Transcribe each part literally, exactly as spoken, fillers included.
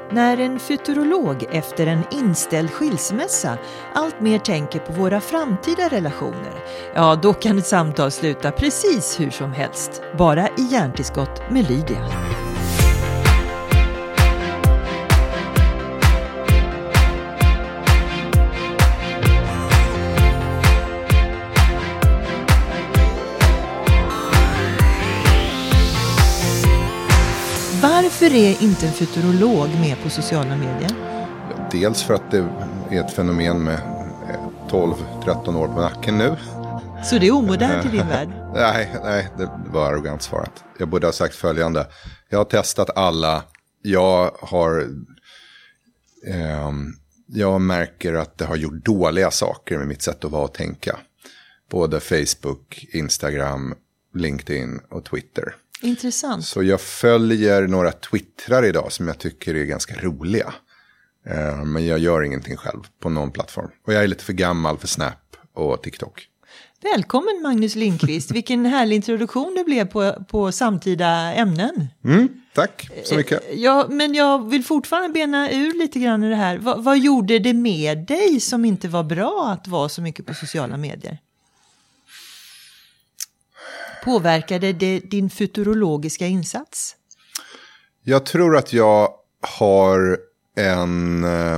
När en futurolog efter en inställd skilsmässa allt mer tänker på våra framtida relationer, ja då kan ett samtal sluta precis hur som helst. Bara i Hjärntillskott med Lydia. Varför är inte en futurolog med på sociala medier? Dels för att det är ett fenomen med tolv tretton år på nacken nu. Så det är omodernt i din värld? Nej, nej, det var arrogant svarat. Jag borde ha sagt följande. Jag har testat alla. Jag har... Eh, jag märker att det har gjort dåliga saker med mitt sätt att vara och tänka. Både Facebook, Instagram, LinkedIn och Twitter. Intressant. Så jag följer några twittrar idag som jag tycker är ganska roliga. Eh, men jag gör ingenting själv på någon plattform. Och jag är lite för gammal för Snap och TikTok. Välkommen Magnus Lindqvist. Vilken härlig introduktion det blev på, på samtida ämnen. Mm, tack så mycket. Ja, men jag vill fortfarande bena ur lite grann i det här. Va, vad gjorde det med dig som inte var bra att vara så mycket på sociala medier? Påverkade det din futurologiska insats? Jag tror att jag har en eh,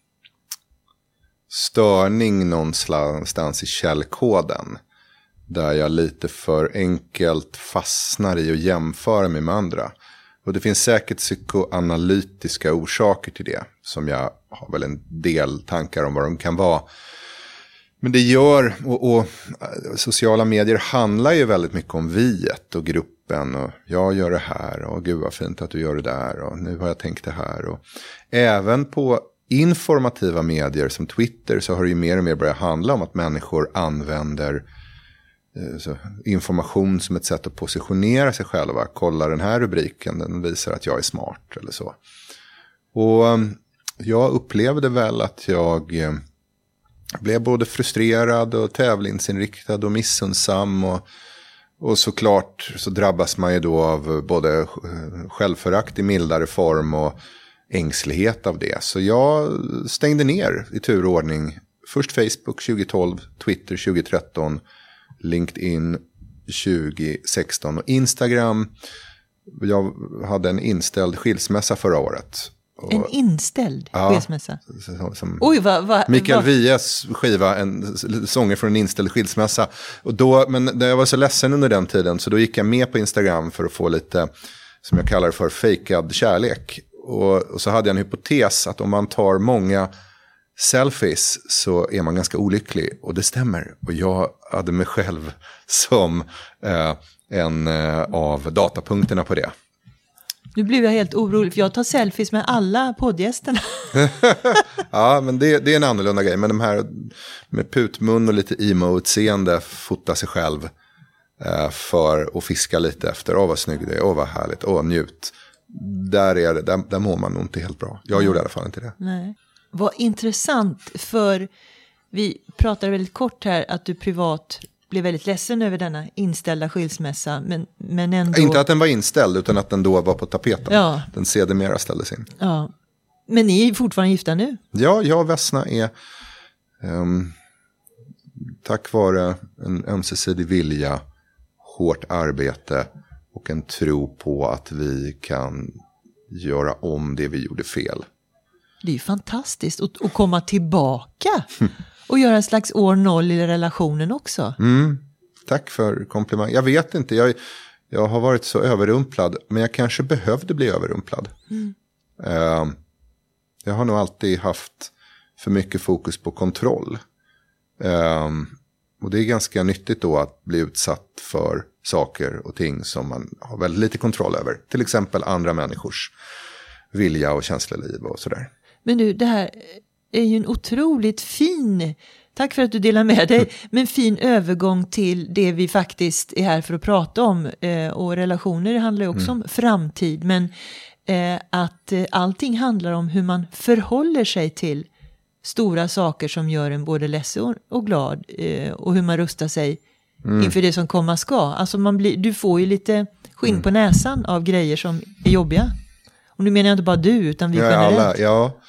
störning någonstans i källkoden. Där jag lite för enkelt fastnar i att jämföra mig med andra. Och det finns säkert psykoanalytiska orsaker till det. Som jag har väl en del tankar om vad de kan vara. Men det gör, och, och sociala medier handlar ju väldigt mycket om viet och gruppen. Och jag gör det här och gud vad fint att du gör det där och nu har jag tänkt det här. Och även på informativa medier som Twitter så har det ju mer och mer börjat handla om att människor använder eh, så, information som ett sätt att positionera sig själva. Kolla den här rubriken, den visar att jag är smart eller så. Och jag upplevde väl att jag... Eh, Jag blev både frustrerad och tävlingsinriktad och missunnsam och, och såklart så drabbas man ju då av både självförakt i mildare form och ängslighet av det. Så jag stängde ner i turordning först Facebook tjugo tolv, Twitter tjugo tretton, LinkedIn tjugo sexton och Instagram. Jag hade en inställd skilsmässa förra året. Och, en inställd ja, skilsmässa? Som, som Oj, vad... Va, Mikael va? Wiehes skiva, en sånger från en inställd skilsmässa. Och då, men jag var så ledsen under den tiden så då gick jag med på Instagram för att få lite, som jag kallar för fejkad kärlek. Och, och så hade jag en hypotes att om man tar många selfies så är man ganska olycklig. Och det stämmer. Och jag hade mig själv som eh, en eh, av datapunkterna på det. Nu blev jag helt orolig för jag tar selfies med alla poddgästerna. Ja, men det, det är en annorlunda grej. Men de här med putmun och lite emo-utseende fotar sig själv eh, för att fiska lite efter. Åh vad snygg det är, åh vad härligt, åh njut. Där, är det, där, där mår man nog inte helt bra. Jag mm. gjorde i alla fall inte det. Nej. Vad intressant, för vi pratade väldigt kort här att du privat... blev väldigt ledsen över denna inställda skilsmässa. Men, men ändå... Inte att den var inställd utan att den då var på tapeten. Ja. Den sedermera ställdes in. Ja. Men ni är fortfarande gifta nu? Ja, jag och Vesna är um, tack vare en ömsesidig vilja, hårt arbete och en tro på att vi kan göra om det vi gjorde fel. Det är ju fantastiskt att, att komma tillbaka och göra en slags år noll i relationen också. Mm, tack för komplimang. Jag vet inte, jag, jag har varit så överrumplad. Men jag kanske behövde bli överrumplad. Mm. Uh, jag har nog alltid haft för mycket fokus på kontroll. Uh, och det är ganska nyttigt då att bli utsatt för saker och ting som man har väldigt lite kontroll över. Till exempel andra människors vilja och känsloliv och sådär. Men du, det här är ju en otroligt fin, tack för att du delar med dig, men fin övergång till det vi faktiskt är här för att prata om. Eh, och relationer handlar ju också mm. om framtid, men eh, att eh, allting handlar om hur man förhåller sig till stora saker som gör en både ledsen och glad, eh, och hur man rustar sig mm. inför det som komma ska. Alltså man blir, du får ju lite skinn mm. på näsan av grejer som är jobbiga. Och nu menar jag inte bara du, utan vi ja, generellt. alla, ja.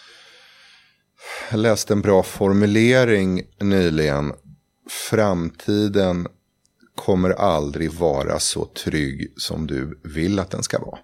Jag läste en bra formulering nyligen. Framtiden kommer aldrig vara så trygg som du vill att den ska vara.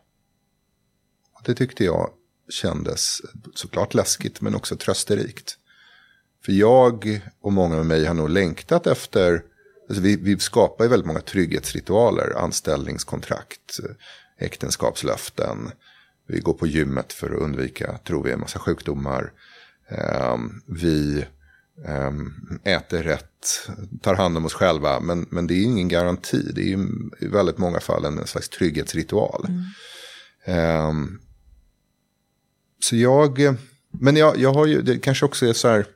Det tyckte jag kändes såklart läskigt, men också trösterikt. För jag och många med mig har nog längtat efter, alltså vi, vi skapar ju väldigt många trygghetsritualer, anställningskontrakt, äktenskapslöften. Vi går på gymmet för att undvika, tror vi, en massa sjukdomar. Um, vi um, äter rätt, tar hand om oss själva, men, men det är ingen garanti. Det är ju i väldigt många fall en slags trygghetsritual. Mm. Um, så jag, men jag, jag har ju, det kanske också är så här,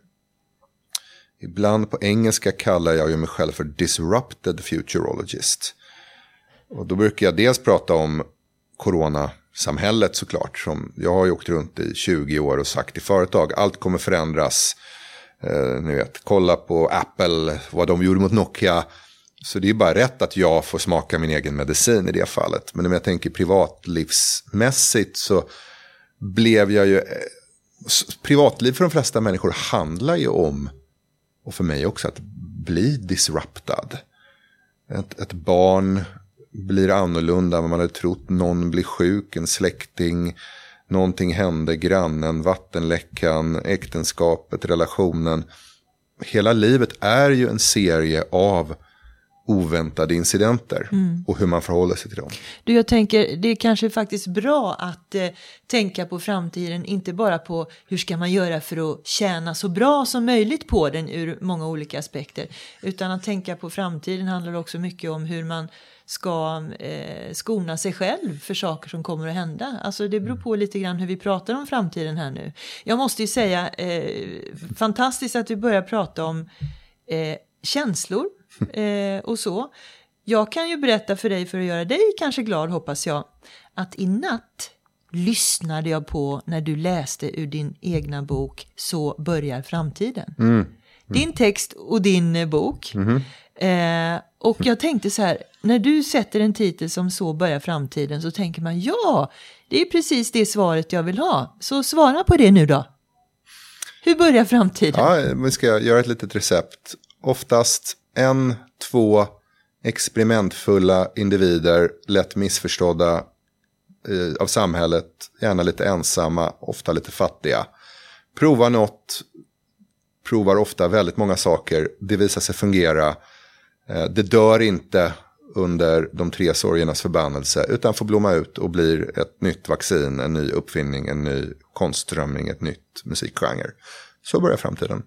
ibland på engelska kallar jag ju mig själv för disrupted futurologist. Och då brukar jag dels prata om coronasamhället såklart. Som jag har ju åkt runt i tjugo år och sagt i företag, allt kommer förändras. Eh, ni vet, kolla på Apple, vad de gjorde mot Nokia. Så det är bara rätt att jag får smaka min egen medicin i det fallet. Men om jag tänker privatlivsmässigt så blev jag ju... Privatliv för de flesta människor handlar ju om, och för mig också, att bli disruptad. Ett, ett barn blir annorlunda än vad man hade trott. Någon blir sjuk, en släkting, någonting händer, grannen, vattenläckan, äktenskapet, relationen. Hela livet är ju en serie av oväntade incidenter mm. och hur man förhåller sig till dem. Du, jag tänker, det är kanske faktiskt bra att eh, tänka på framtiden, inte bara på hur ska man göra för att tjäna så bra som möjligt på den ur många olika aspekter, utan att tänka på framtiden handlar också mycket om hur man ska eh, skona sig själv för saker som kommer att hända. Alltså det beror på lite grann hur vi pratar om framtiden här nu. Jag måste ju säga, eh, fantastiskt att vi börjar prata om eh, känslor eh, och så. Jag kan ju berätta för dig, för att göra dig kanske glad hoppas jag, att i natt lyssnade jag på när du läste ur din egna bok Så börjar framtiden. Mm. Mm. Din text och din bok. Mm. Eh, och jag tänkte så här, när du sätter en titel som Så börjar framtiden, så tänker man, ja, det är precis det svaret jag vill ha. Så svara på det nu då. Hur börjar framtiden? Ja, vi ska göra ett litet recept. Oftast en, två experimentfulla individer, lätt missförstådda eh, av samhället, gärna lite ensamma, ofta lite fattiga. Prova något, provar ofta väldigt många saker, det visar sig fungera. Eh, det dör inte under de tre sorgernas förbannelse, utan får blomma ut och blir ett nytt vaccin, en ny uppfinning, en ny konstströmning, ett nytt musikgenre. Så börjar framtiden.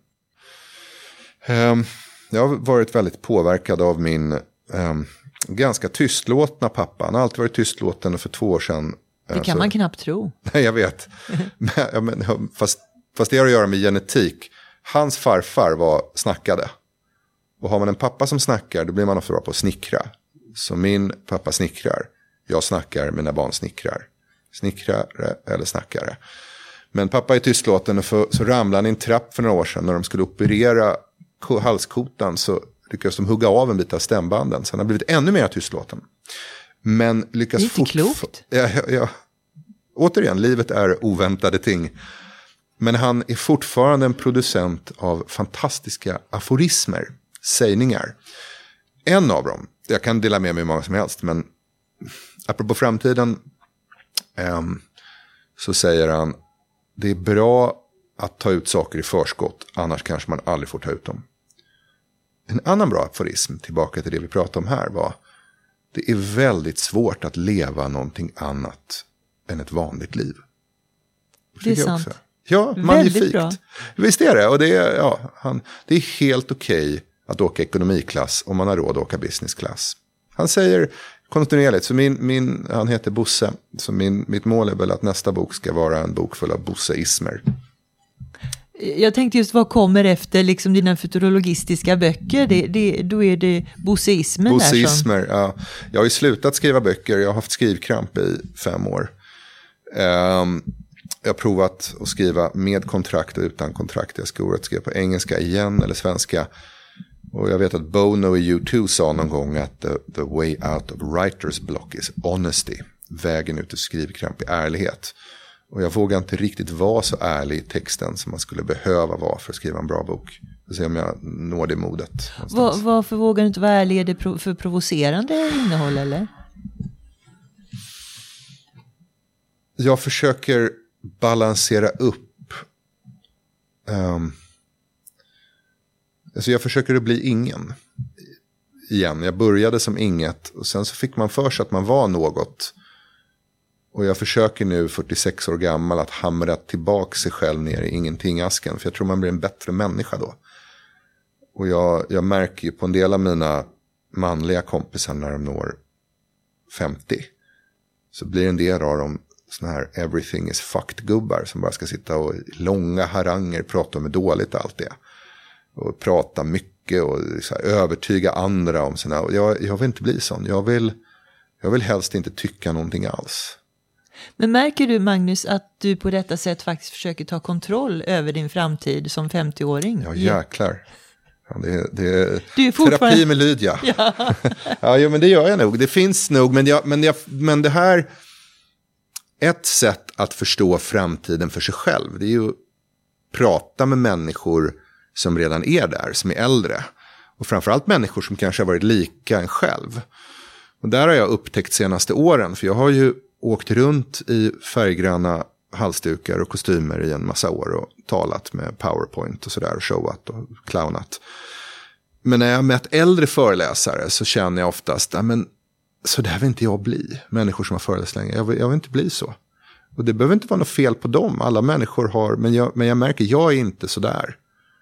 Eh, jag har varit väldigt påverkad av min eh, ganska tystlåtna pappa. Han har alltid varit tystlåten, och för två år sedan. Det kan så, man knappt tro. Nej, jag vet. men, men, fast, fast det har att göra med genetik. Hans farfar var snackade. Och har man en pappa som snackar, då blir man ofta bra på att snickra. Så min pappa snickrar. Jag snackar, mina barn snickrar. Snickrare eller snackare. Men pappa är tystlåten, och för, så ramlade han i en trapp för några år sedan. När de skulle operera halskotan så lyckades de hugga av en bit av stämbanden. Så han har blivit ännu mer tystlåten. Men lyckas fort... Det är inte klokt. Ja, ja, ja. Återigen, livet är oväntade ting. Men han är fortfarande en producent av fantastiska aforismer, sägningar. En av dem, jag kan dela med mig hur många som helst, men apropå framtiden eh, så säger han, det är bra att ta ut saker i förskott, annars kanske man aldrig får ta ut dem. En annan bra aforism, tillbaka till det vi pratade om här, var, det är väldigt svårt att leva någonting annat än ett vanligt liv. Det är sant. Också. Ja, magnifikt. Visst är det. Och det är, ja, han, det är helt okej okay att åka ekonomiklass om man har råd att åka business class. Han säger kontinuerligt, så min, min, han heter Bosse, så min, mitt mål är väl att nästa bok ska vara en bok full av Bosse-ismer. Jag tänkte just, vad kommer efter liksom dina futurologistiska böcker? Det, det, då är det Bosse-ismen. Bosse-ismer, där som... ja. Jag har ju slutat skriva böcker, jag har haft skrivkramp i fem år. Um, Jag har provat att skriva med kontrakt och utan kontrakt. Jag ska att skriva på engelska igen eller svenska. Och jag vet att Bono i U två sa någon gång att the, the way out of writer's block is honesty. Vägen ut ur skrivkramp är ärlighet. Och jag vågar inte riktigt vara så ärlig i texten som man skulle behöva vara för att skriva en bra bok. Och se om jag når det modet. Var, varför vågar du inte vara ärlig? Är det pro- för provocerande innehåll eller? Jag försöker balansera upp. Um, alltså jag försöker att bli ingen. Igen, jag började som inget. Och sen så fick man för sig att man var något. Och jag försöker nu, fyrtiosex år gammal, att hamra tillbaka sig själv ner i ingenting-asken. För jag tror man blir en bättre människa då. Och jag, jag märker ju på en del av mina manliga kompisar när de når femtio. Så blir en del av dem såna här everything is fucked-gubbar. Som bara ska sitta och i långa haranger prata om hur dåligt allt är. Och prata mycket och så här, övertyga andra om såna. Och jag, jag vill inte bli sån. Jag vill, jag vill helst inte tycka någonting alls. Men märker du, Magnus, att du på detta sätt faktiskt försöker ta kontroll över din framtid som femtio-åring? Ja, jäklar. Ja, det, det är, du är fortfarande... terapi med Lydia. Ja, ja jo, men det gör jag nog. Det finns nog, men, jag, men, jag, men det här... Ett sätt att förstå framtiden för sig själv, det är ju att prata med människor som redan är där, som är äldre. Och framförallt människor som kanske har varit lika en själv. Och där har jag upptäckt senaste åren, för jag har ju åkt runt i färggranna halsdukar och kostymer i en massa år och talat med PowerPoint och sådär och showat och clownat. Men när jag mött äldre föreläsare så känner jag oftast, ja men så där vill inte jag bli. Människor som har föreläst länge, jag vill, jag vill inte bli så. Och det behöver inte vara något fel på dem, alla människor har, men jag, men jag märker, jag är inte så där.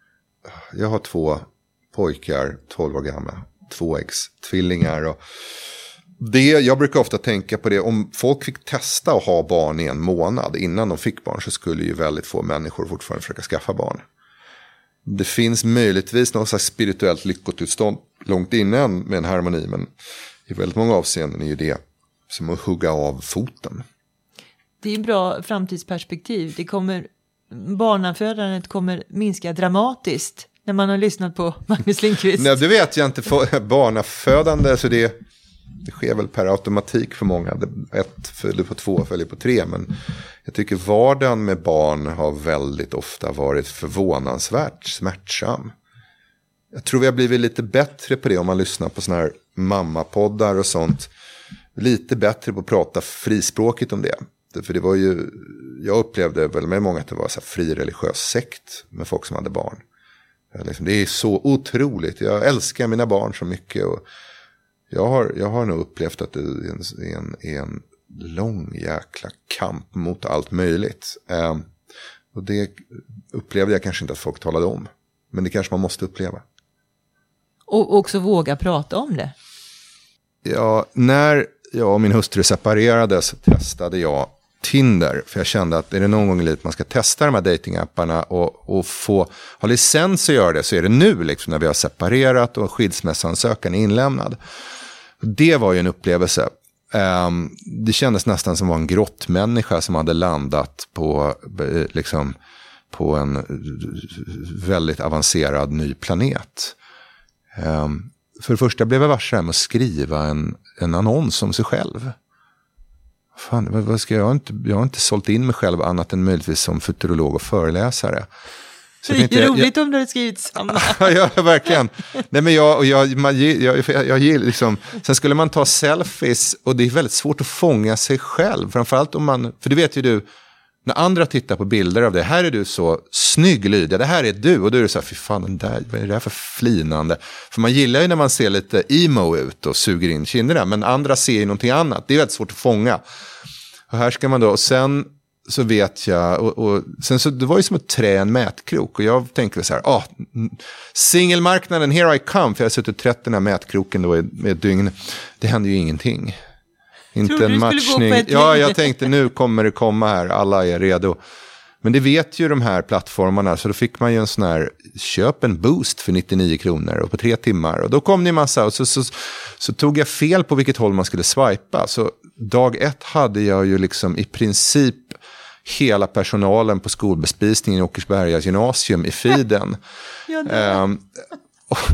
Jag har två pojkar, tolv år gamla, två ex-tvillingar och det, jag brukar ofta tänka på det, om folk fick testa att ha barn i en månad innan de fick barn så skulle ju väldigt få människor fortfarande försöka skaffa barn. Det finns möjligtvis något slags spirituellt lyckotillstånd långt innan med en harmoni, men i väldigt många avseenden är ju det som att hugga av foten. Det är en bra framtidsperspektiv. Det kommer, barnafödandet kommer minska dramatiskt när man har lyssnat på Magnus Lindqvist. Nej, det vet jag inte. För barnafödande, så det, det sker väl per automatik för många. Ett följer på två, följer på tre. Men jag tycker vardagen med barn har väldigt ofta varit förvånansvärt smärtsam. Jag tror vi har blivit lite bättre på det om man lyssnar på såna här mammapoddar och sånt. Lite bättre på att prata frispråkigt om det. För det var ju, jag upplevde väl med många att det var så här fri religiös sekt med folk som hade barn. Det är så otroligt. Jag älskar mina barn så mycket. Och jag, har, jag har nog upplevt att det är en, en, en lång jäkla kamp mot allt möjligt. Eh, och det upplevde jag kanske inte att folk talade om. Men det kanske man måste uppleva. Och också våga prata om det. Ja, när jag och min hustru separerade så testade jag Tinder. För jag kände att är det någon gång i livet man ska testa de här datingapparna och, och få ha licens att göra det, så är det nu liksom när vi har separerat och skilsmässansökan är inlämnad. Det var ju en upplevelse. Um, det kändes nästan som var en grottmänniska som hade landat på, liksom, på en väldigt avancerad ny planet. Um, för det första blev jag varse med att skriva en, en annons om sig själv. Fan, vad ska jag, jag, har inte, jag har inte sålt in mig själv annat än möjligtvis som futurolog och föreläsare. Så det är inte, roligt jag, om du har skrivit samma. Ja, verkligen. Nej, men jag, och jag, man, jag, jag, jag gillar liksom, sen skulle man ta selfies och det är väldigt svårt att fånga sig själv. Framförallt om man, för det vet ju du, när andra tittar på bilder av det, här är du så snygg Lydia, det här är du, och då är det så här, fy fan, den där, vad är det här för flinande? För man gillar ju när man ser lite emo ut och suger in kinderna, men andra ser ju någonting annat, det är väldigt svårt att fånga. Och här ska man då, och sen så vet jag, och, och sen så, det var ju som att trä en mätkrok, och jag tänkte så här, ah, singelmarknaden, here I come, för jag har suttit och trätt den här mätkroken då med ett dygn, det hände ju ingenting. Inte en matchning. Ja, jag tänkte nu kommer det komma här, alla är redo. Men det vet ju de här plattformarna, så då fick man ju en sån här, köp en boost för nittionio kronor och på tre timmar. Och då kom det en massa, och så, så, så tog jag fel på vilket håll man skulle swipa. Så dag ett hade jag ju liksom i princip hela personalen på skolbespisningen i Åkersberga gymnasium i feeden. Ja, um, och,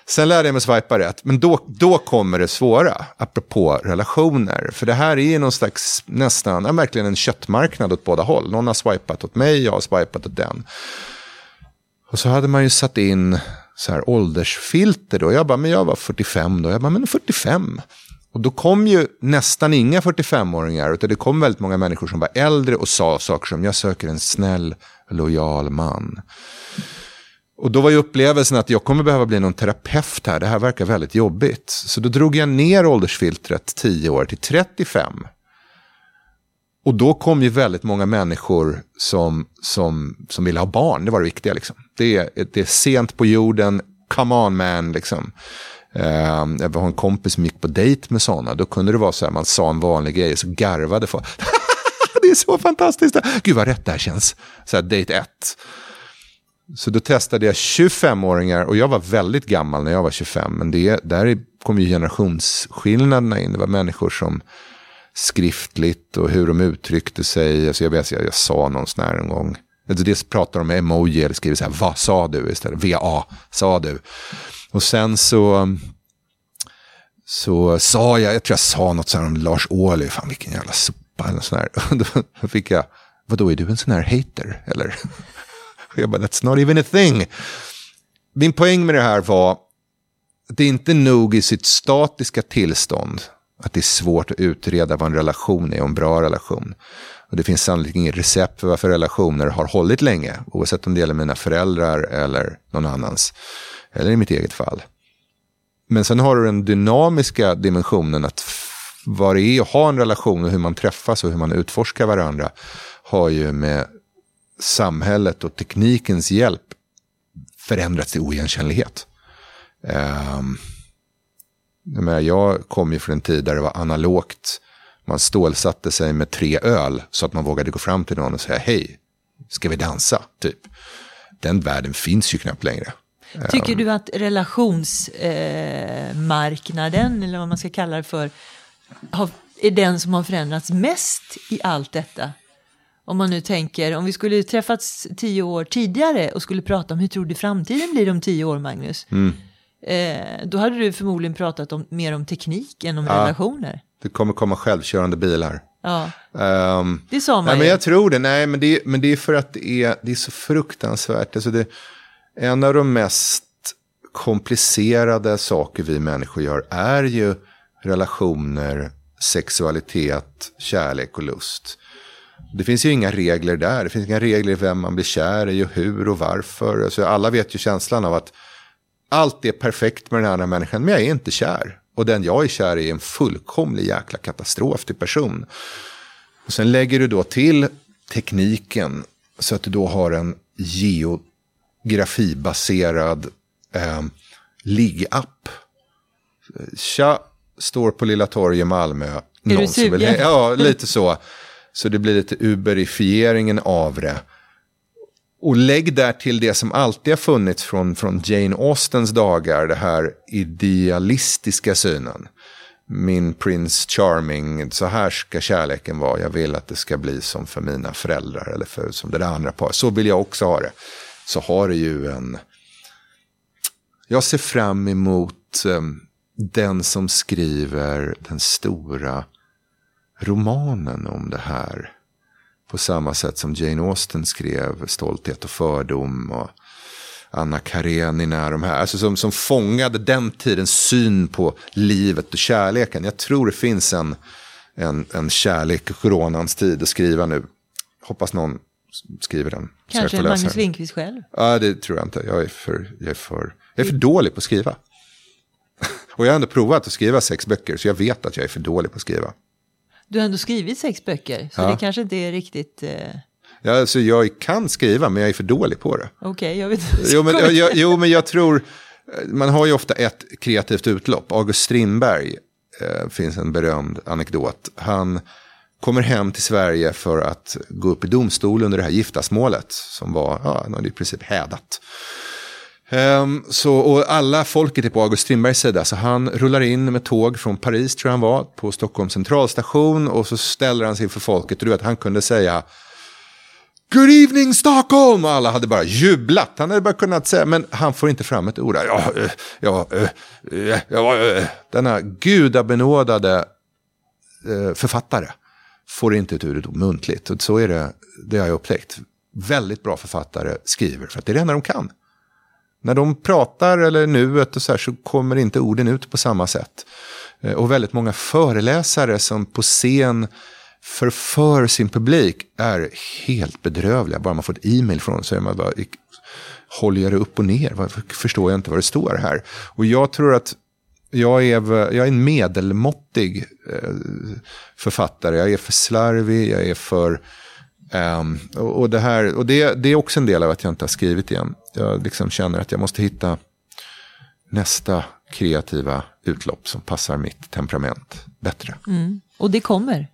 Sen lärde jag mig swipa rätt. Men då, då kommer det svåra, apropå relationer. För det här är någon slags, nästan, ja, verkligen en köttmarknad åt båda håll. Någon har swipat åt mig, jag har swipat åt den. Och så hade man ju satt in så här åldersfilter då. Jag bara, men jag var fyrtiofem då. Jag bara, men fyrtiofem. Och då kom ju nästan inga fyrtiofemåringar, utan det kom väldigt många människor som var äldre och sa saker som, jag söker en snäll, lojal man. Och då var ju upplevelsen att jag kommer behöva bli någon terapeut här. Det här verkar väldigt jobbigt. Så då drog jag ner åldersfiltret tio år till trettiofem. Och då kom ju väldigt många människor som, som, som ville ha barn. Det var det viktiga liksom. Det är, det är sent på jorden, come on man liksom. Uh, jag har en kompis som gick på dejt med sådana. Då kunde det vara så här, man sa en vanlig grej och så garvade folk. Det är så fantastiskt. Gud vad rätt det här känns. Så här, dejt ett. Så då testade jag tjugofemåringar och jag var väldigt gammal när jag var tjugofem. Men det, där kom ju generationsskillnaderna in. Det var människor som skriftligt och hur de uttryckte sig. Alltså jag vet, jag, jag sa någon sån här en gång. Dels pratar de med emoji eller skriver så här, vad sa du istället? V A, sa du. Och sen så så sa jag, jag tror jag sa något så här om Lars Ohly, fan vilken jävla sopa eller sån här. Då fick jag, vadå är du en sån här hater eller? Jag bara, that's not even a thing. Min poäng med det här var, det är inte nog i sitt statiska tillstånd att det är svårt att utreda vad en relation är och en bra relation. Och det finns sannolikt inget recept för varför relationer har hållit länge, oavsett om det gäller mina föräldrar eller någon annans, eller i mitt eget fall. Men sen har du den dynamiska dimensionen att vad det är att ha en relation och hur man träffas och hur man utforskar varandra har ju med samhället och teknikens hjälp förändrats till oigenkännlighet. Um, jag, menar, jag kom ju från en tid där det var analogt. Man stålsatte sig med tre öl så att man vågade gå fram till någon och säga hej, ska vi dansa? Typ. Den världen finns ju knappt längre. Tycker du att relationsmarknaden, eh, eller vad man ska kalla det för, har, är den som har förändrats mest i allt detta? Om man nu tänker, om vi skulle träffats tio år tidigare och skulle prata om hur tror du framtiden blir om tio år, Magnus? Mm. Eh, då hade du förmodligen pratat om, mer om teknik än om ja, relationer. Det kommer komma självkörande bilar. Ja, um, det sa man nej, ju. Men jag tror det, nej, men det, men det är för att det är, det är så fruktansvärt. Alltså det, en av de mest komplicerade saker vi människor gör är ju relationer, sexualitet, kärlek och lust. Det finns ju inga regler där. Det finns inga regler i vem man blir kär i och hur och varför. Alltså alla vet ju känslan av att allt är perfekt med den andra människan, men jag är inte kär. Och den jag är kär i är en fullkomlig jäkla katastrof till person. Och sen lägger du då till tekniken så att du då har en geografibaserad eh, liggapp. Tja, står på Lilla Torg i Malmö. Är någon du sugen? Vill, ja, lite så. Så det blir lite uberifieringen av det. Och lägg där till det som alltid har funnits från, från Jane Austens dagar. Det här idealistiska synen. Min Prince Charming, så här ska kärleken vara. Jag vill att det ska bli som för mina föräldrar eller för, som det andra par. Så vill jag också ha det. Så har det ju en... Jag ser fram emot um, den som skriver den stora romanen om det här. På samma sätt som Jane Austen skrev Stolthet och fördom och Anna Karenina, de här. Alltså som, som fångade den tidens syn på livet och kärleken. Jag tror det finns en, en, en kärlek i coronans tid att skriva nu. Hoppas någon skriver den. Kanske Magnus Lindqvist själv? Ja, det tror jag inte. Jag är för, jag är för, jag är för dålig på att skriva. Och jag har ändå provat att skriva sex böcker, så jag vet att jag är för dålig på att skriva. Du har ändå skrivit sex böcker, så ja. Det kanske inte är riktigt... Eh... Ja, alltså jag kan skriva, men jag är för dålig på det. Okej, okay, jag vet inte. Jo men, jag, jo, men jag tror... Man har ju ofta ett kreativt utlopp. August Strindberg eh, finns en berömd anekdot. Han kommer hem till Sverige för att gå upp i domstol under det här giftasmålet. Som var, ja, i princip hädat. Um, så, och alla folket är på August Strindbergs sida, så han rullar in med tåg från Paris, tror jag han var, på Stockholms centralstation, och så ställer han sig för folket, och du vet, han kunde säga Good evening Stockholm! Och alla hade bara jublat. Han hade bara kunnat säga, men han får inte fram ett ord. Ja, ja, ja, ja, denna gudabenådade författare får inte ett ord muntligt. Och så är det, det har jag upptäckt. Väldigt bra författare skriver för att det är det enda de kan. När de pratar eller nuet och så här, så kommer inte orden ut på samma sätt. Och väldigt många föreläsare som på scen förför sin publik är helt bedrövliga. Bara man får ett e-mail från så är man bara, håller jag det upp och ner? Varför förstår jag inte vad det står här? Och jag tror att jag är, jag är en medelmåttig författare. Jag är för slarvig, jag är för... Um, och och, det, här, och det, det är också en del av att jag inte har skrivit igen. Jag liksom känner att jag måste hitta nästa kreativa utlopp som passar mitt temperament bättre. Mm. Och det kommer.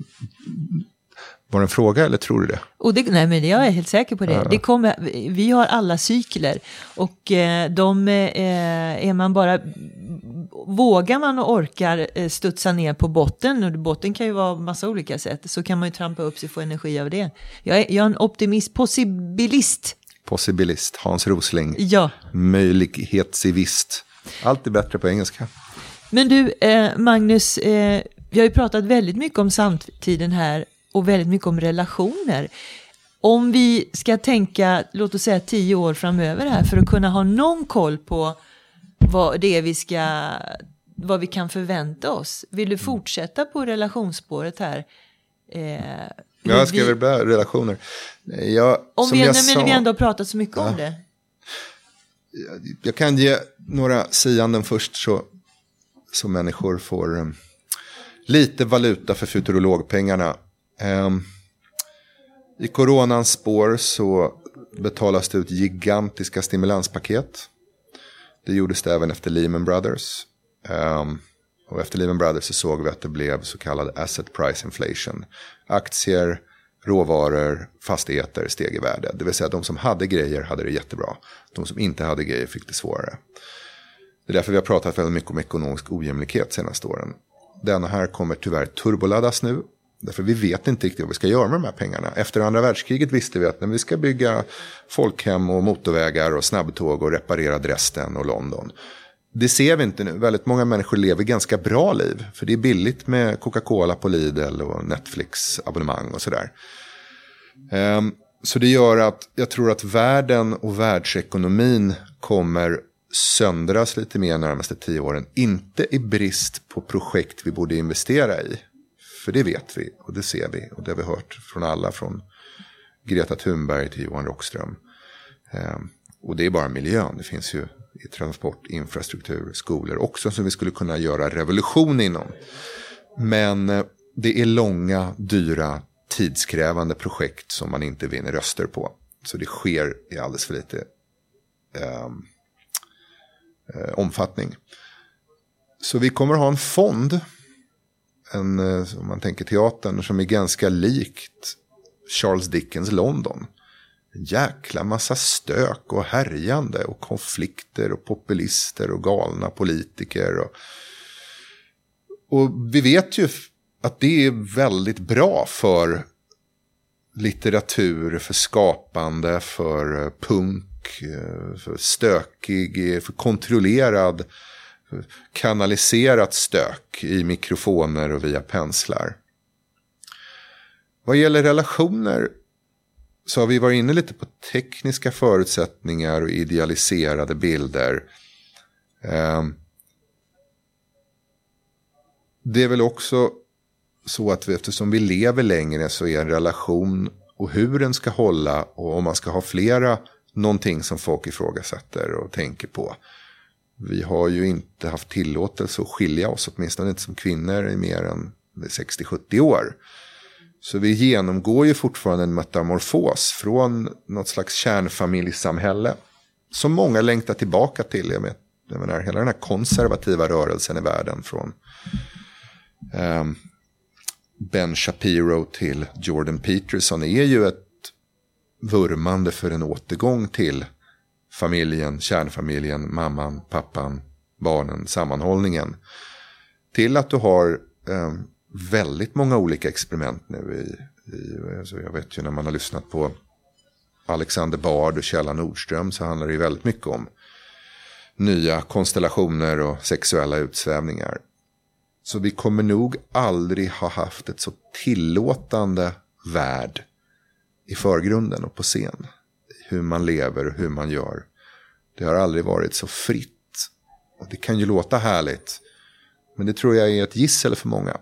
Var det en fråga eller tror du det? Och det, nej men jag är helt säker på det. Ja. Det kommer, vi har alla cykler och eh, de eh, är man bara, vågar man och orkar eh, studsa ner på botten, och botten kan ju vara massa olika sätt, så kan man ju trampa upp sig och få energi av det. Jag är, jag är en optimist, possibilist. Possibilist, Hans Rosling. Ja. Möjlighetsivist. Allt är bättre på engelska. Men du, eh, Magnus, eh, vi har ju pratat väldigt mycket om samtiden här och väldigt mycket om relationer. Om vi ska tänka, låt oss säga tio år framöver här, för att kunna ha någon koll på vad det är vi ska, vad vi kan förvänta oss. Vill du fortsätta på relationsspåret här? Eh, jag ska väl börja relationer. Jag, om som vi, jag men sa, vi har ändå pratat så mycket ja, om det. Jag, jag kan ge några sianden först så, så människor får um, lite valuta för futurologpengarna. Um, I coronans spår så betalas det ut gigantiska stimulanspaket. Det gjordes det även efter Lehman Brothers. Um, och efter Lehman Brothers så såg vi att det blev så kallad asset price inflation. Aktier, råvaror, fastigheter steg i värde. Det vill säga att de som hade grejer hade det jättebra. De som inte hade grejer fick det svårare. Det är därför vi har pratat väldigt mycket om ekonomisk ojämlikhet senaste åren. Denna här kommer tyvärr turboladdas nu. Därför vi vet inte riktigt vad vi ska göra med de här pengarna. Efter andra världskriget visste vi att när vi ska bygga folkhem och motorvägar och snabbtåg och reparera Dresden och London. Det ser vi inte nu. Väldigt många människor lever ganska bra liv. För det är billigt med Coca-Cola på Lidl och Netflix-abonnemang och sådär. Um, så det gör att jag tror att världen och världsekonomin kommer söndras lite mer närmaste tio åren. Inte i brist på projekt vi borde investera i. För det vet vi och det ser vi och det har vi hört från alla, från Greta Thunberg till Johan Rockström. Um, och det är bara miljön. Det finns ju i transport, infrastruktur, skolor också som vi skulle kunna göra revolution inom. Men uh, det är långa, dyra, tidskrävande projekt som man inte vinner röster på. Så det sker i alldeles för lite um, uh, omfattning. Så vi kommer ha en fond, en, om man tänker teatern, som är ganska likt Charles Dickens London. En jäkla massa stök och härjande och konflikter och populister och galna politiker. Och, och vi vet ju att det är väldigt bra för litteratur, för skapande, för punk, för stökig, för kontrollerad, kanaliserat stök i mikrofoner och via penslar. Vad gäller relationer så har vi varit inne lite på tekniska förutsättningar och idealiserade bilder. Det är väl också så att vi, eftersom vi lever längre, så är en relation och hur den ska hålla och om man ska ha flera, någonting som folk ifrågasätter och tänker på. Vi har ju inte haft tillåtelse att skilja oss, åtminstone inte som kvinnor, i mer än sextio sjuttio år. Så vi genomgår ju fortfarande en metamorfos från något slags kärnfamiljssamhälle som många längtar tillbaka till. Jag, med, jag menar, hela den här konservativa rörelsen i världen från um, Ben Shapiro till Jordan Peterson är ju ett vurmande för en återgång till familjen, kärnfamiljen, mamman, pappan, barnen, sammanhållningen. Till att du har um, väldigt många olika experiment nu i, I, alltså jag vet ju när man har lyssnat på Alexander Bard och Kjell Nordström så handlar det ju väldigt mycket om nya konstellationer och sexuella utsvävningar. Så vi kommer nog aldrig ha haft ett så tillåtande värld i förgrunden och på scen. Hur man lever och hur man gör. Det har aldrig varit så fritt. Och det kan ju låta härligt. Men det tror jag är ett gissel för många.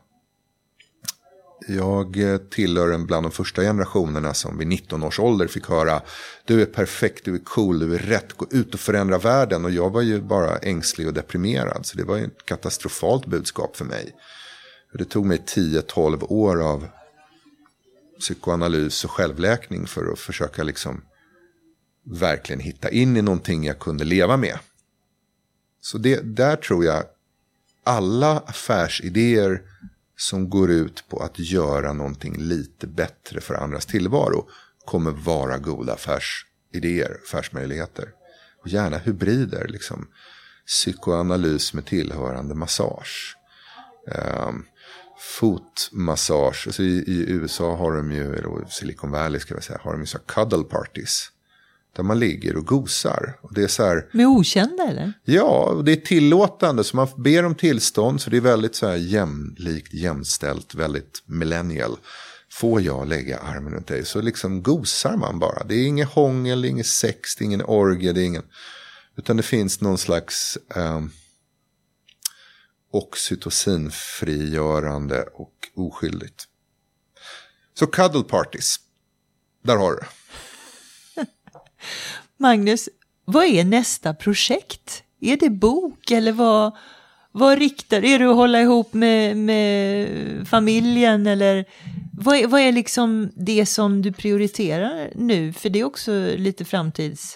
Jag tillhör en bland de första generationerna som vid nitton års ålder fick höra: du är perfekt, du är cool, du är rätt, gå ut och förändra världen. Och jag var ju bara ängslig och deprimerad, så det var ju ett katastrofalt budskap för mig. Det tog mig tio tolv år av psykoanalys och självläkning för att försöka liksom verkligen hitta in i någonting jag kunde leva med. Så det, där tror jag alla affärsidéer som går ut på att göra någonting lite bättre för andras tillvaro kommer vara goda affärsidéer, affärsmöjligheter. Och gärna hybrider, liksom psykoanalys med tillhörande massage. Um, fotmassage. Alltså i, i U S A har de ju, eller Silicon Valley ska jag säga, har de ju så cuddle parties. Där man ligger och gosar. Och det är så här, med okända eller? Ja, och det är tillåtande. Så man ber om tillstånd. Så det är väldigt så här jämlikt, jämställt, väldigt millennial. Får jag lägga armen runt dig? Så liksom gosar man bara. Det är ingen hångel, det är ingen sex, det är ingen orgie, det är ingen... Utan det finns någon slags um, oxytocinfrigörande och oskyldigt. Så cuddle parties. Där har du det. Magnus, vad är nästa projekt? Är det bok eller vad, vad riktar? Är det att hålla ihop med, med familjen eller vad är, vad är liksom det som du prioriterar nu? För det är också lite framtids...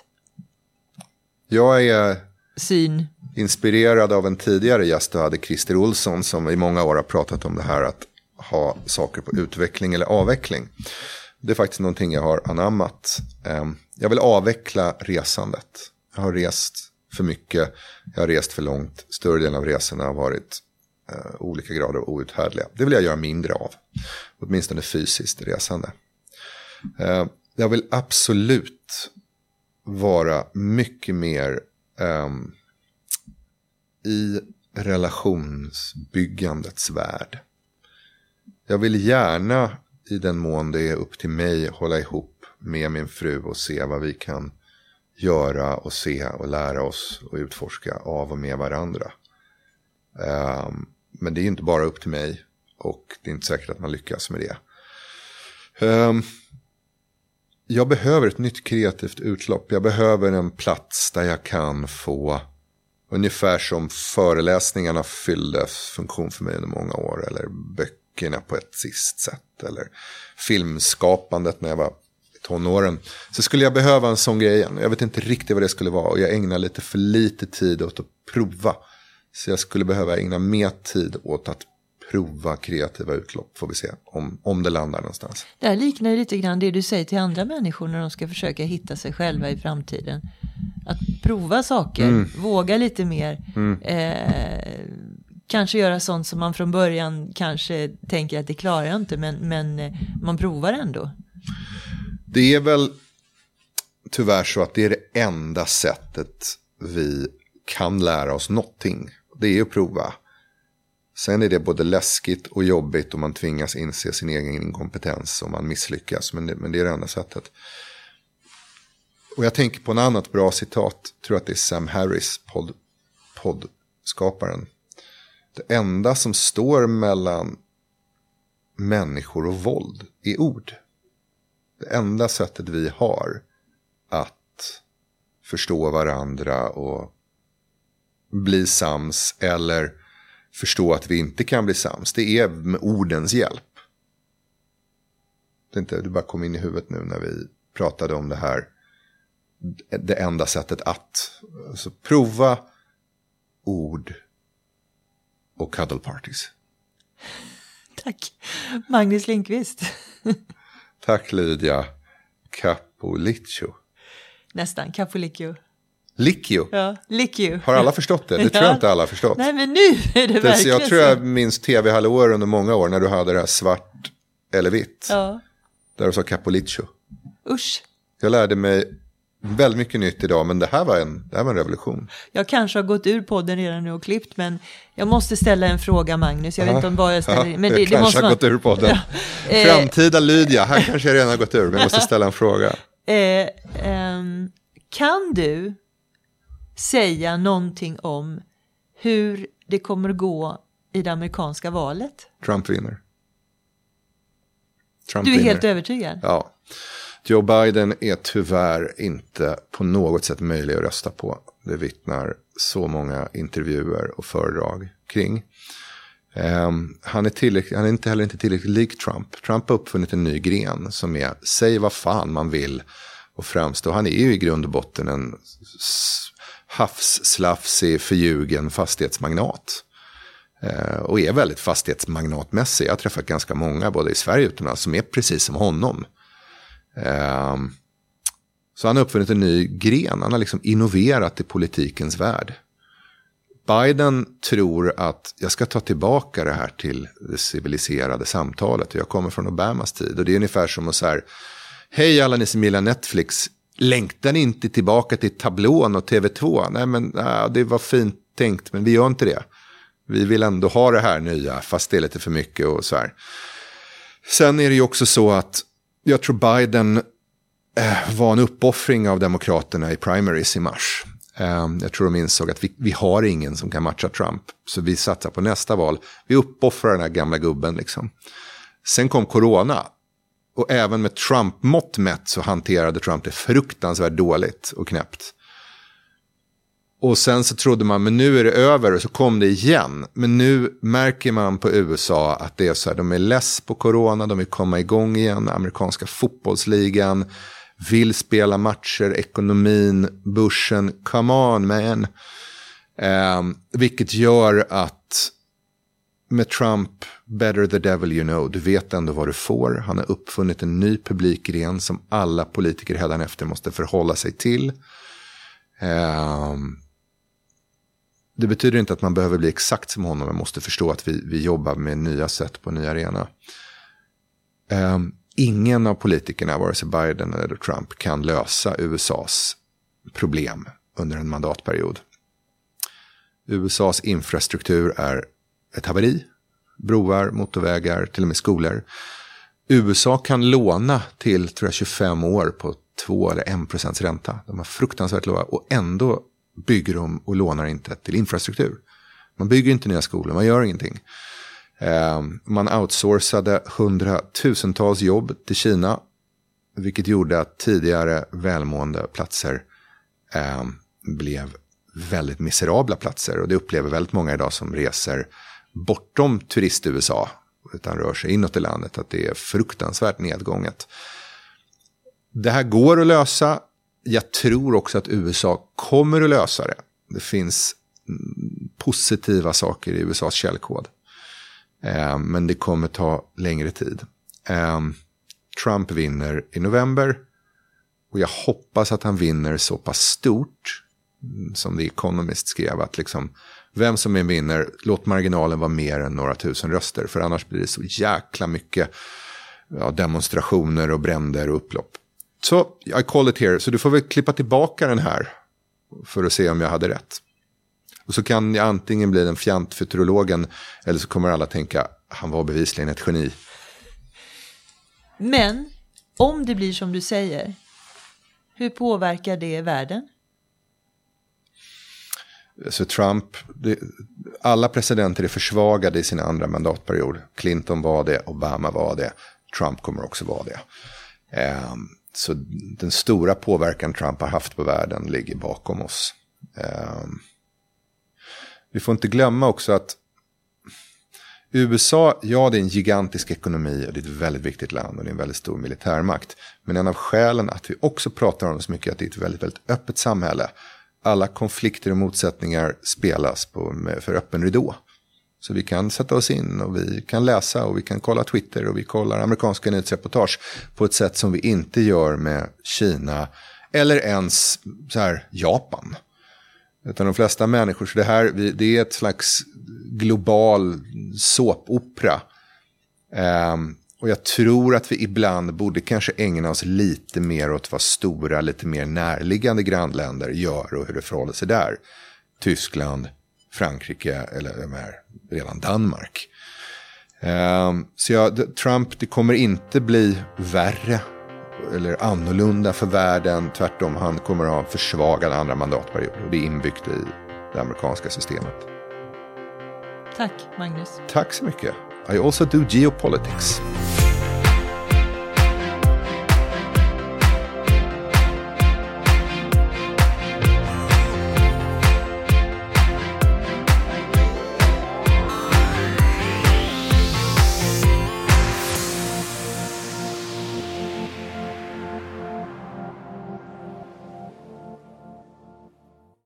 Jag är syn. Inspirerad av en tidigare gäst du hade, Christer Olsson, som i många år har pratat om det här att ha saker på utveckling eller avveckling. Det är faktiskt någonting jag har anammat. Jag vill avveckla resandet. Jag har rest för mycket. Jag har rest för långt. Större delen av resorna har varit uh, olika grader av outhärdliga. Det vill jag göra mindre av. Åtminstone fysiskt resande. Uh, jag vill absolut vara mycket mer um, i relationsbyggandets värld. Jag vill gärna, i den mån det är upp till mig, hålla ihop med min fru och se vad vi kan göra och se och lära oss och utforska av och med varandra. Um, men det är inte bara upp till mig och det är inte säkert att man lyckas med det. Um, jag behöver ett nytt kreativt utlopp. Jag behöver en plats där jag kan få, ungefär som föreläsningarna fyllde funktion för mig under många år, eller böckerna på ett sist sätt, eller filmskapandet när jag var i tonåren, så skulle jag behöva en sån grej igen. Jag vet inte riktigt vad det skulle vara och jag ägnar lite för lite tid åt att prova. Så jag skulle behöva ägna mer tid åt att prova kreativa utlopp, får vi se om, om det landar någonstans. Det här liknar ju lite grann det du säger till andra människor när de ska försöka hitta sig själva i framtiden. Att prova saker, mm. våga lite mer. Mm. Eh, kanske göra sånt som man från början kanske tänker att det klarar jag inte, men, men man provar ändå. Det är väl tyvärr så att det är det enda sättet vi kan lära oss någonting. Det är att prova. Sen är det både läskigt och jobbigt och man tvingas inse sin egen inkompetens om man misslyckas. Men det, men det är det enda sättet. Och jag tänker på en annat bra citat. Jag tror att det är Sam Harris, podd, poddskaparen. Det enda som står mellan människor och våld är ord. Det enda sättet vi har att förstå varandra och bli sams eller förstå att vi inte kan bli sams, det är med ordens hjälp. Det, inte, det bara kom in i huvudet nu när vi pratade om det här. Det enda sättet att alltså, prova ord och cuddle parties. Tack, Magnus Lindqvist. Tack, Lydia Capolicchio. Nästan, Capolicchio. Licchio? Ja, Licchio. Har alla förstått det? Det tror jag inte alla har förstått. Nej, men nu är det, det verkligen jag tror jag minns tv-hallåor under många år när du hade det här svart eller vitt. Ja. Där sa Capoliccio. Usch. Jag lärde mig väldigt mycket nytt idag, men det här var en, det här var en revolution. Jag kanske har gått ur podden redan nu och klippt, men jag måste ställa en fråga, Magnus. Jag vet inte om vad jag ställer. Ja, men det, jag det kanske måste har man... gått ur podden. Ja. Framtida Lydia, här kanske jag redan har gått ur, men jag måste ställa en fråga. Eh, ehm, kan du säga någonting om hur det kommer att gå i det amerikanska valet? Trump vinner. Trump du är vinner. helt övertygad? Ja. Joe Biden är tyvärr inte på något sätt möjlig att rösta på. Det vittnar så många intervjuer och föredrag kring. Um, han, är tillräckligt, han är inte heller inte tillräckligt lik Trump. Trump har uppfunnit en ny gren som är säg vad fan man vill och framstå. Han är ju i grund och botten en havsslafsig, förljugen fastighetsmagnat. Uh, och är väldigt fastighetsmagnatmässig. Jag har träffat ganska många både i Sverige och utomlands som är precis som honom. Um, så han har uppfunnit en ny gren. Han har liksom innoverat i politikens värld. Biden tror att jag ska ta tillbaka det här till det civiliserade samtalet. Jag kommer från Obamas tid. Och det är ungefär som att säga, hej alla ni som gillar Netflix, längtar ni inte tillbaka till tablån och T V två? Nej men nej, det var fint tänkt, men vi gör inte det. Vi vill ändå ha det här nya, fast det är lite för mycket och så här. Sen är det ju också så att jag tror Biden eh, var en uppoffring av demokraterna i primaries i mars. Eh, jag tror de insåg att vi, vi har ingen som kan matcha Trump. Så vi satsar på nästa val. Vi uppoffrar den här gamla gubben liksom. Sen kom corona. Och även med Trump-mått mätt så hanterade Trump det fruktansvärt dåligt och knäppt. Och sen så trodde man, men nu är det över, och så kom det igen. Men nu märker man på U S A att det är så här, de är less på corona, de vill komma igång igen. Amerikanska fotbollsligan vill spela matcher, ekonomin, börsen, come on man. Eh, vilket gör att med Trump, better the devil you know, du vet ändå vad du får. Han har uppfunnit en ny publikgren som alla politiker hädanefter måste förhålla sig till. Eh, Det betyder inte att man behöver bli exakt som honom. Man måste förstå att vi, vi jobbar med nya sätt på en ny arena. Um, ingen av politikerna, vare sig Biden eller Trump, kan lösa U S A:s problem under en mandatperiod. U S A:s infrastruktur är ett haveri. Broar, motorvägar, till och med skolor. U S A kan låna till tror jag, tjugofem år på två eller en procents ränta. De har fruktansvärt låga och ändå bygger de och lånar inte till infrastruktur. Man bygger inte nya skolor, man gör ingenting. Eh, man outsourcade hundratusentals jobb till Kina, vilket gjorde att tidigare välmående platser eh, blev väldigt miserabla platser. Och det upplever väldigt många idag som reser bortom turist-U S A, utan rör sig inåt i landet, att det är fruktansvärt nedgånget. Det här går att lösa. Jag tror också att U S A kommer att lösa det. Det finns positiva saker i U S A:s källkod. Eh, men det kommer ta längre tid. Eh, Trump vinner i november. Och jag hoppas att han vinner så pass stort. Som The Economist skrev. Att liksom, vem som än vinner, låt marginalen vara mer än några tusen röster. För annars blir det så jäkla mycket ja, demonstrationer och bränder och upplopp. Så, I call it here. Så du får väl klippa tillbaka den här för att se om jag hade rätt. Och så kan jag antingen bli den fjantfuturologen eller så kommer alla tänka, han var bevisligen ett geni. Men, om det blir som du säger, hur påverkar det världen? Så Trump, det, alla presidenter är försvagade i sin andra mandatperiod. Clinton var det, Obama var det, Trump kommer också vara det. Um, Så den stora påverkan Trump har haft på världen ligger bakom oss. Um, vi får inte glömma också att U S A, ja det är en gigantisk ekonomi och det är ett väldigt viktigt land och det är en väldigt stor militärmakt. Men en av skälen att vi också pratar om så mycket är att det är ett väldigt, väldigt öppet samhälle. Alla konflikter och motsättningar spelas på, med, för öppen ridå. Så vi kan sätta oss in och vi kan läsa och vi kan kolla Twitter och vi kollar amerikanska nyhetsreportage på ett sätt som vi inte gör med Kina eller ens så här Japan. Utan de flesta människor, så det här det är ett slags global såpopera. Um, Och jag tror att vi ibland borde kanske ägna oss lite mer åt vad stora, lite mer närliggande grannländer gör och hur det förhåller sig där. Tyskland, Frankrike eller de här, redan Danmark. Um, så ja, Trump, det kommer inte bli värre eller annorlunda för världen. Tvärtom, han kommer att ha en försvagad andra mandatperiod. Och det är inbyggt i det amerikanska systemet. Tack, Magnus. Tack så mycket. I also do geopolitics.